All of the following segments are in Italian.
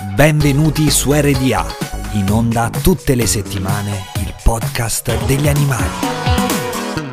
Benvenuti su RDA, in onda tutte le settimane il podcast degli animali.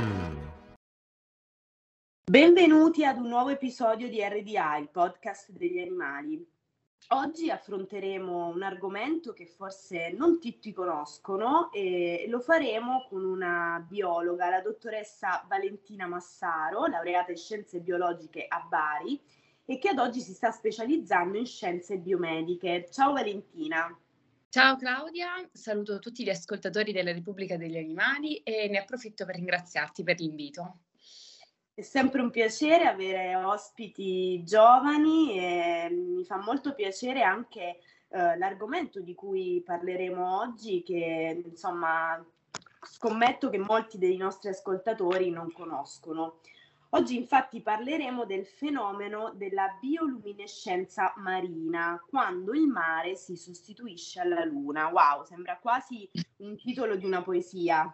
Benvenuti ad un nuovo episodio di RDA, il podcast degli animali. Oggi affronteremo un argomento che forse non tutti conoscono e lo faremo con una biologa, la dottoressa Valentina Massaro, laureata in scienze biologiche a Bari e che ad oggi si sta specializzando in scienze biomediche. Ciao Valentina. Ciao Claudia, saluto tutti gli ascoltatori della Repubblica degli Animali e ne approfitto per ringraziarti per l'invito. È sempre un piacere avere ospiti giovani e mi fa molto piacere anche l'argomento di cui parleremo oggi, che insomma scommetto che molti dei nostri ascoltatori non conoscono. Oggi infatti parleremo del fenomeno della bioluminescenza marina, quando il mare si sostituisce alla luna. Wow, sembra quasi un titolo di una poesia.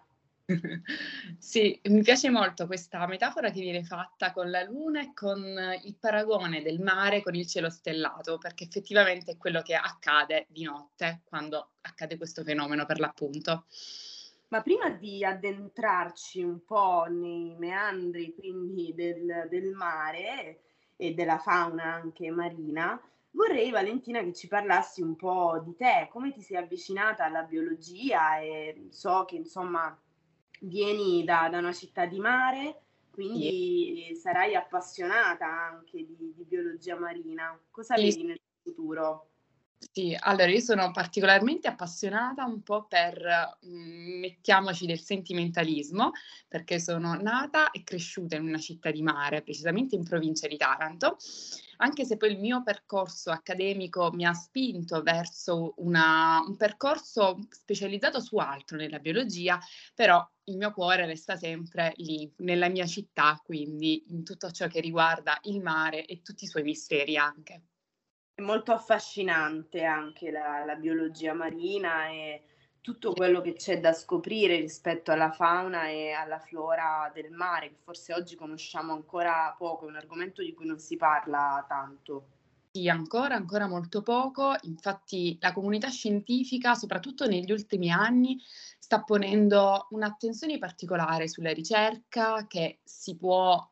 Sì, mi piace molto questa metafora che viene fatta con la luna e con il paragone del mare con il cielo stellato, perché effettivamente è quello che accade di notte quando accade questo fenomeno per l'appunto. Ma prima di addentrarci un po' nei meandri quindi del mare e della fauna anche marina, vorrei Valentina che ci parlassi un po' di te, come ti sei avvicinata alla biologia e so che insomma vieni da una città di mare, quindi sarai appassionata anche di biologia marina. Cosa vedi nel futuro? Sì, allora io sono particolarmente appassionata un po' per, mettiamoci del sentimentalismo, perché sono nata e cresciuta in una città di mare, precisamente in provincia di Taranto, anche se poi il mio percorso accademico mi ha spinto verso un percorso specializzato su altro nella biologia, però il mio cuore resta sempre lì, nella mia città, quindi in tutto ciò che riguarda il mare e tutti i suoi misteri anche. È molto affascinante anche la biologia marina e tutto quello che c'è da scoprire rispetto alla fauna e alla flora del mare, che forse oggi conosciamo ancora poco, è un argomento di cui non si parla tanto. Sì, ancora molto poco. Infatti la comunità scientifica, soprattutto negli ultimi anni, sta ponendo un'attenzione particolare sulla ricerca che si può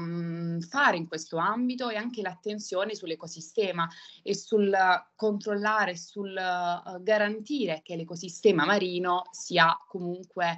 fare in questo ambito e anche l'attenzione sull'ecosistema e sul controllare, sul garantire che l'ecosistema marino sia comunque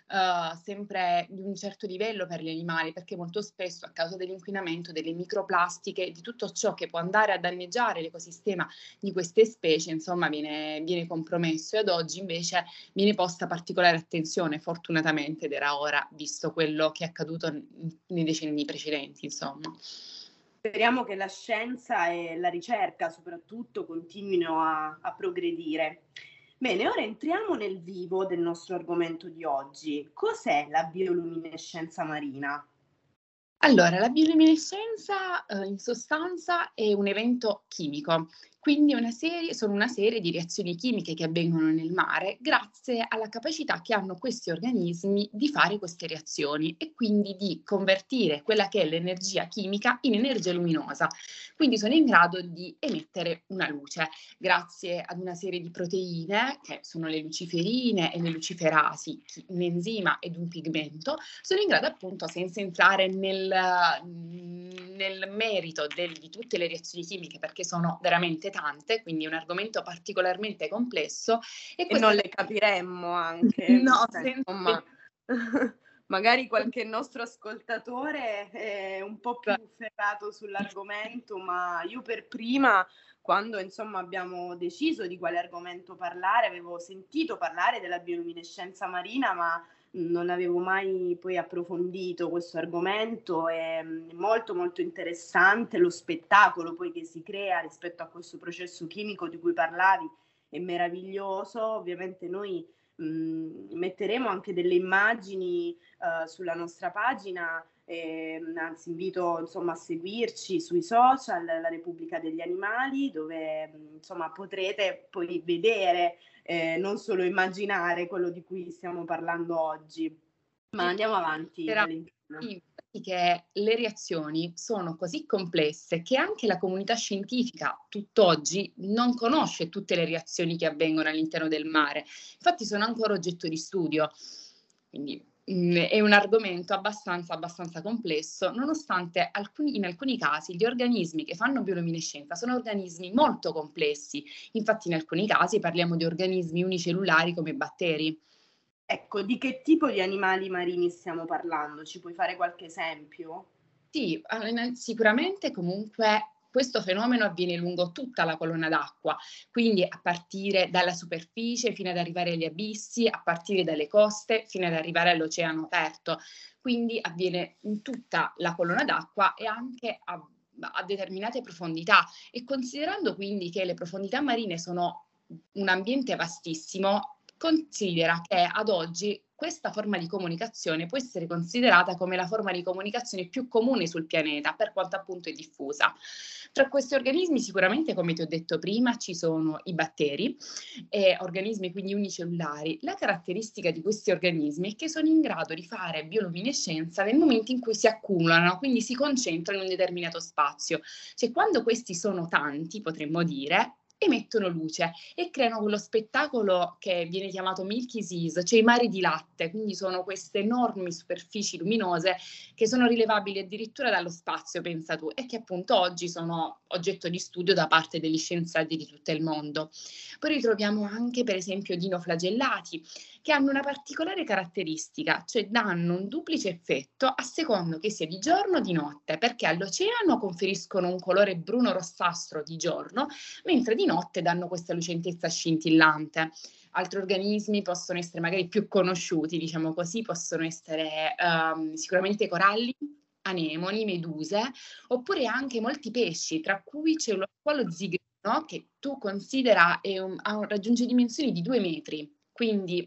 sempre di un certo livello per gli animali, perché molto spesso a causa dell'inquinamento, delle microplastiche, di tutto ciò che può andare a danneggiare l'ecosistema di queste specie, insomma, viene compromesso, e ad oggi invece viene posta particolare attenzione, fortunatamente, ed era ora, visto quello che è accaduto nei decenni precedenti, insomma. Speriamo che la scienza e la ricerca soprattutto continuino a progredire. Bene, ora entriamo nel vivo del nostro argomento di oggi. Cos'è la bioluminescenza marina? Allora, la bioluminescenza in sostanza è un evento chimico, quindi sono una serie di reazioni chimiche che avvengono nel mare grazie alla capacità che hanno questi organismi di fare queste reazioni e quindi di convertire quella che è l'energia chimica in energia luminosa. Quindi sono in grado di emettere una luce grazie ad una serie di proteine che sono le luciferine e le luciferasi, un enzima ed un pigmento, sono in grado appunto, senza entrare nel merito di tutte le reazioni chimiche, perché sono veramente tante, quindi è un argomento particolarmente complesso. E non le capiremmo anche. No, insomma, magari qualche nostro ascoltatore è un po' più ferrato sull'argomento, ma io per prima, quando insomma abbiamo deciso di quale argomento parlare, avevo sentito parlare della bioluminescenza marina, ma non avevo mai poi approfondito questo argomento. È molto molto interessante lo spettacolo poi che si crea rispetto a questo processo chimico di cui parlavi, è meraviglioso. Ovviamente noi metteremo anche delle immagini sulla nostra pagina, anzi invito insomma a seguirci sui social, la Repubblica degli Animali, dove insomma potrete poi vedere, non solo immaginare quello di cui stiamo parlando oggi. Ma andiamo avanti, Valentina. Sì, che le reazioni sono così complesse che anche la comunità scientifica tutt'oggi non conosce tutte le reazioni che avvengono all'interno del mare. Infatti sono ancora oggetto di studio. Quindi è un argomento abbastanza complesso, nonostante in alcuni casi gli organismi che fanno bioluminescenza sono organismi molto complessi. Infatti in alcuni casi parliamo di organismi unicellulari come batteri. Ecco, di che tipo di animali marini stiamo parlando? Ci puoi fare qualche esempio? Sì, sicuramente comunque questo fenomeno avviene lungo tutta la colonna d'acqua, quindi a partire dalla superficie fino ad arrivare agli abissi, a partire dalle coste fino ad arrivare all'oceano aperto. Quindi avviene in tutta la colonna d'acqua e anche a determinate profondità. E considerando quindi che le profondità marine sono un ambiente vastissimo, considera che ad oggi questa forma di comunicazione può essere considerata come la forma di comunicazione più comune sul pianeta, per quanto appunto è diffusa. Tra questi organismi sicuramente, come ti ho detto prima, ci sono i batteri, organismi quindi unicellulari. La caratteristica di questi organismi è che sono in grado di fare bioluminescenza nel momento in cui si accumulano, quindi si concentrano in un determinato spazio. Cioè quando questi sono tanti, potremmo dire, emettono luce e creano quello spettacolo che viene chiamato Milky Seas, cioè i mari di latte, quindi sono queste enormi superfici luminose che sono rilevabili addirittura dallo spazio, pensa tu, e che appunto oggi sono oggetto di studio da parte degli scienziati di tutto il mondo. Poi ritroviamo anche per esempio dinoflagellati, che hanno una particolare caratteristica, cioè danno un duplice effetto a secondo che sia di giorno o di notte, perché all'oceano conferiscono un colore bruno-rossastro di giorno, mentre di notte danno questa lucentezza scintillante. Altri organismi possono essere magari più conosciuti, diciamo così, possono essere sicuramente coralli, anemoni, meduse, oppure anche molti pesci, tra cui c'è lo squalo zigrino, che tu considera raggiunge dimensioni di 2 metri, quindi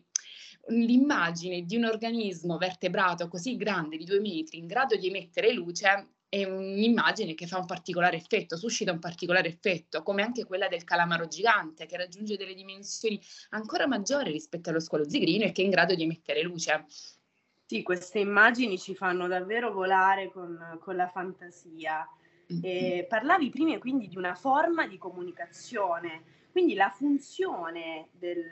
l'immagine di un organismo vertebrato così grande di 2 metri in grado di emettere luce è un'immagine che fa un particolare effetto, suscita un particolare effetto, come anche quella del calamaro gigante che raggiunge delle dimensioni ancora maggiori rispetto allo squalo zigrino e che è in grado di emettere luce. Sì, queste immagini ci fanno davvero volare con la fantasia. Parlavi prima quindi di una forma di comunicazione, quindi la funzione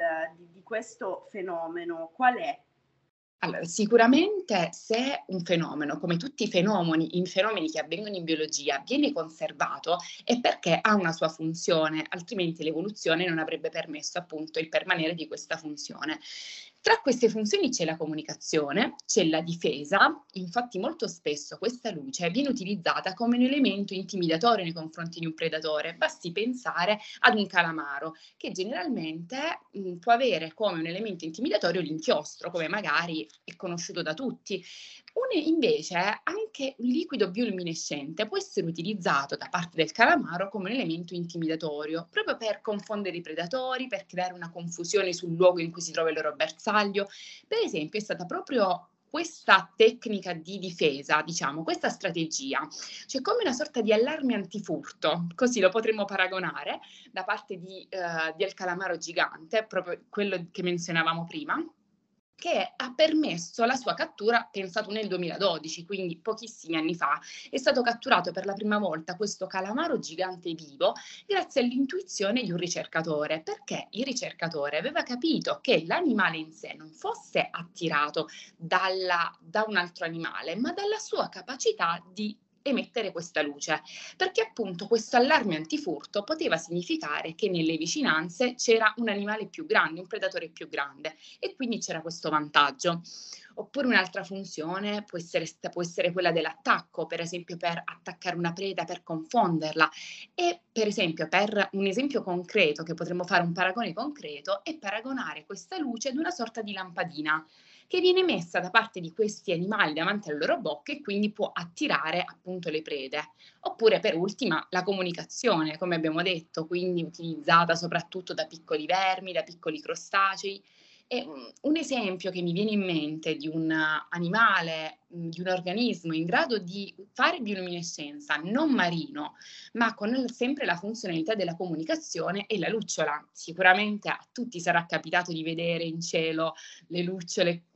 di questo fenomeno qual è? Allora, sicuramente se un fenomeno, come tutti i fenomeni che avvengono in biologia, viene conservato è perché ha una sua funzione, altrimenti l'evoluzione non avrebbe permesso appunto il permanere di questa funzione. Tra queste funzioni c'è la comunicazione, c'è la difesa, infatti molto spesso questa luce viene utilizzata come un elemento intimidatorio nei confronti di un predatore. Basti pensare ad un calamaro, che generalmente può avere come un elemento intimidatorio l'inchiostro, come magari è conosciuto da tutti. Invece anche un liquido bioluminescente può essere utilizzato da parte del calamaro come un elemento intimidatorio, proprio per confondere i predatori, per creare una confusione sul luogo in cui si trova il loro bersaglio. Per esempio è stata proprio questa tecnica di difesa, diciamo, questa strategia, cioè come una sorta di allarme antifurto, così lo potremmo paragonare, da parte del calamaro gigante, proprio quello che menzionavamo prima, che ha permesso la sua cattura, pensato nel 2012, quindi pochissimi anni fa. È stato catturato per la prima volta questo calamaro gigante vivo grazie all'intuizione di un ricercatore, perché il ricercatore aveva capito che l'animale in sé non fosse attirato da un altro animale, ma dalla sua capacità di emettere questa luce, perché appunto questo allarme antifurto poteva significare che nelle vicinanze c'era un animale più grande, un predatore più grande, e quindi c'era questo vantaggio. Oppure un'altra funzione può essere quella dell'attacco, per esempio per attaccare una preda, per confonderla. E per esempio, per un esempio concreto, che potremmo fare un paragone concreto, è paragonare questa luce ad una sorta di lampadina che viene messa da parte di questi animali davanti alle loro bocche e quindi può attirare appunto le prede. Oppure per ultima la comunicazione, come abbiamo detto, quindi utilizzata soprattutto da piccoli vermi, da piccoli crostacei. E un esempio che mi viene in mente di un animale, di un organismo in grado di fare bioluminescenza non marino, ma con sempre la funzionalità della comunicazione, è la lucciola. Sicuramente a tutti sarà capitato di vedere in cielo le lucciole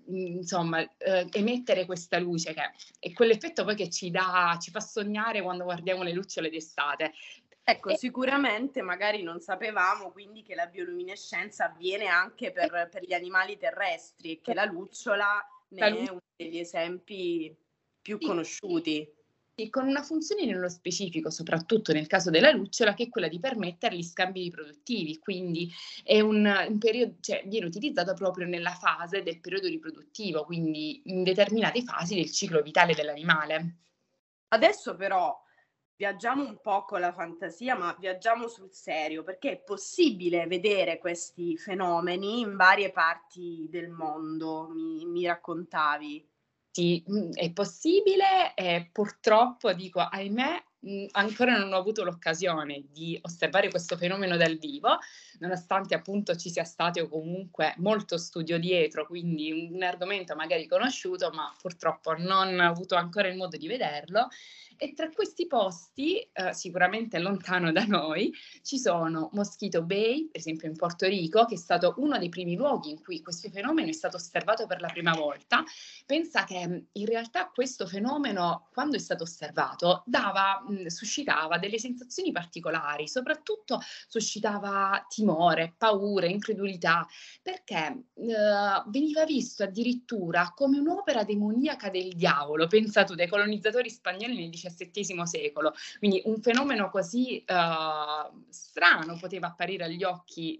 insomma, emettere questa luce che è quell'effetto poi che ci fa sognare quando guardiamo le lucciole d'estate. Ecco, sicuramente magari non sapevamo quindi che la bioluminescenza avviene anche per gli animali terrestri e che la lucciola ne è uno degli esempi più conosciuti. E con una funzione nello specifico, soprattutto nel caso della lucciola, che è quella di permettere gli scambi riproduttivi, quindi è un periodo, cioè viene utilizzato proprio nella fase del periodo riproduttivo, quindi in determinate fasi del ciclo vitale dell'animale. Adesso però viaggiamo un po' con la fantasia, ma viaggiamo sul serio, perché è possibile vedere questi fenomeni in varie parti del mondo, mi raccontavi. Sì, è possibile e purtroppo dico, ahimè, ancora non ho avuto l'occasione di osservare questo fenomeno dal vivo, nonostante appunto ci sia stato comunque molto studio dietro, quindi un argomento magari conosciuto, ma purtroppo non ho avuto ancora il modo di vederlo. E tra questi posti, sicuramente lontano da noi, ci sono Mosquito Bay, per esempio in Porto Rico, che è stato uno dei primi luoghi in cui questo fenomeno è stato osservato per la prima volta. Pensa che in realtà questo fenomeno, quando è stato osservato, suscitava delle sensazioni particolari, soprattutto suscitava timore, paura, incredulità, perché veniva visto addirittura come un'opera demoniaca del diavolo, pensa tu, dai colonizzatori spagnoli nel XVII secolo. Quindi un fenomeno così strano poteva apparire agli occhi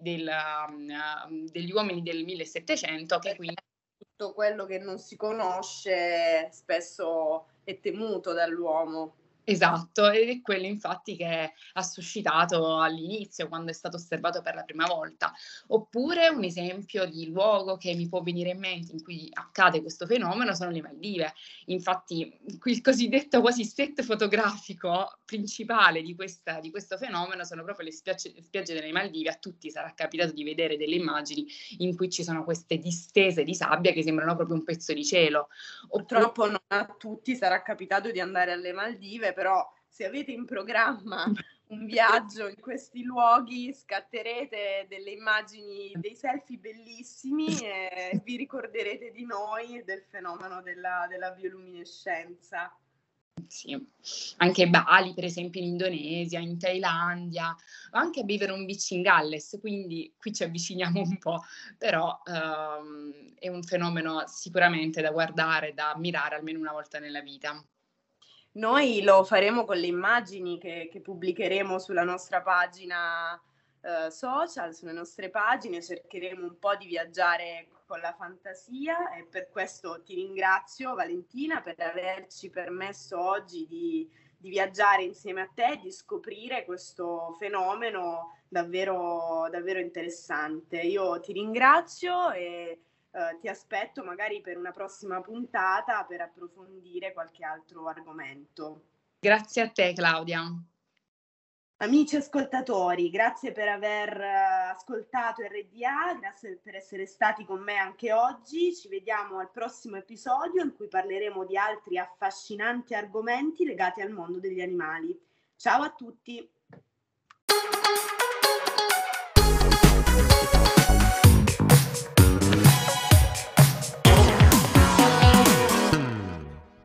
degli uomini del 1700, che quindi tutto quello che non si conosce spesso è temuto dall'uomo. esatto, ed è quello infatti che ha suscitato all'inizio, quando è stato osservato per la prima volta. Oppure un esempio di luogo che mi può venire in mente in cui accade questo fenomeno sono le Maldive. Infatti qui il cosiddetto quasi set fotografico principale di questo fenomeno sono proprio le spiagge delle Maldive. A tutti sarà capitato di vedere delle immagini in cui ci sono queste distese di sabbia che sembrano proprio un pezzo di cielo. Purtroppo non a tutti sarà capitato di andare alle Maldive, però se avete in programma un viaggio in questi luoghi scatterete delle immagini, dei selfie bellissimi e vi ricorderete di noi e del fenomeno della bioluminescenza. Sì, anche Bali, per esempio in Indonesia, in Thailandia, o anche a Beaveron Beach in Galles, quindi qui ci avviciniamo un po', però è un fenomeno sicuramente da guardare, da ammirare almeno una volta nella vita. Noi lo faremo con le immagini che pubblicheremo sulla nostra pagina social, sulle nostre pagine, cercheremo un po' di viaggiare con la fantasia e per questo ti ringrazio Valentina per averci permesso oggi di viaggiare insieme a te, di scoprire questo fenomeno davvero, davvero interessante. Io ti ringrazio e ti aspetto magari per una prossima puntata per approfondire qualche altro argomento. Grazie a te, Claudia. Amici ascoltatori, grazie per aver ascoltato RDA, grazie per essere stati con me anche oggi. Ci vediamo al prossimo episodio in cui parleremo di altri affascinanti argomenti legati al mondo degli animali. Ciao a tutti!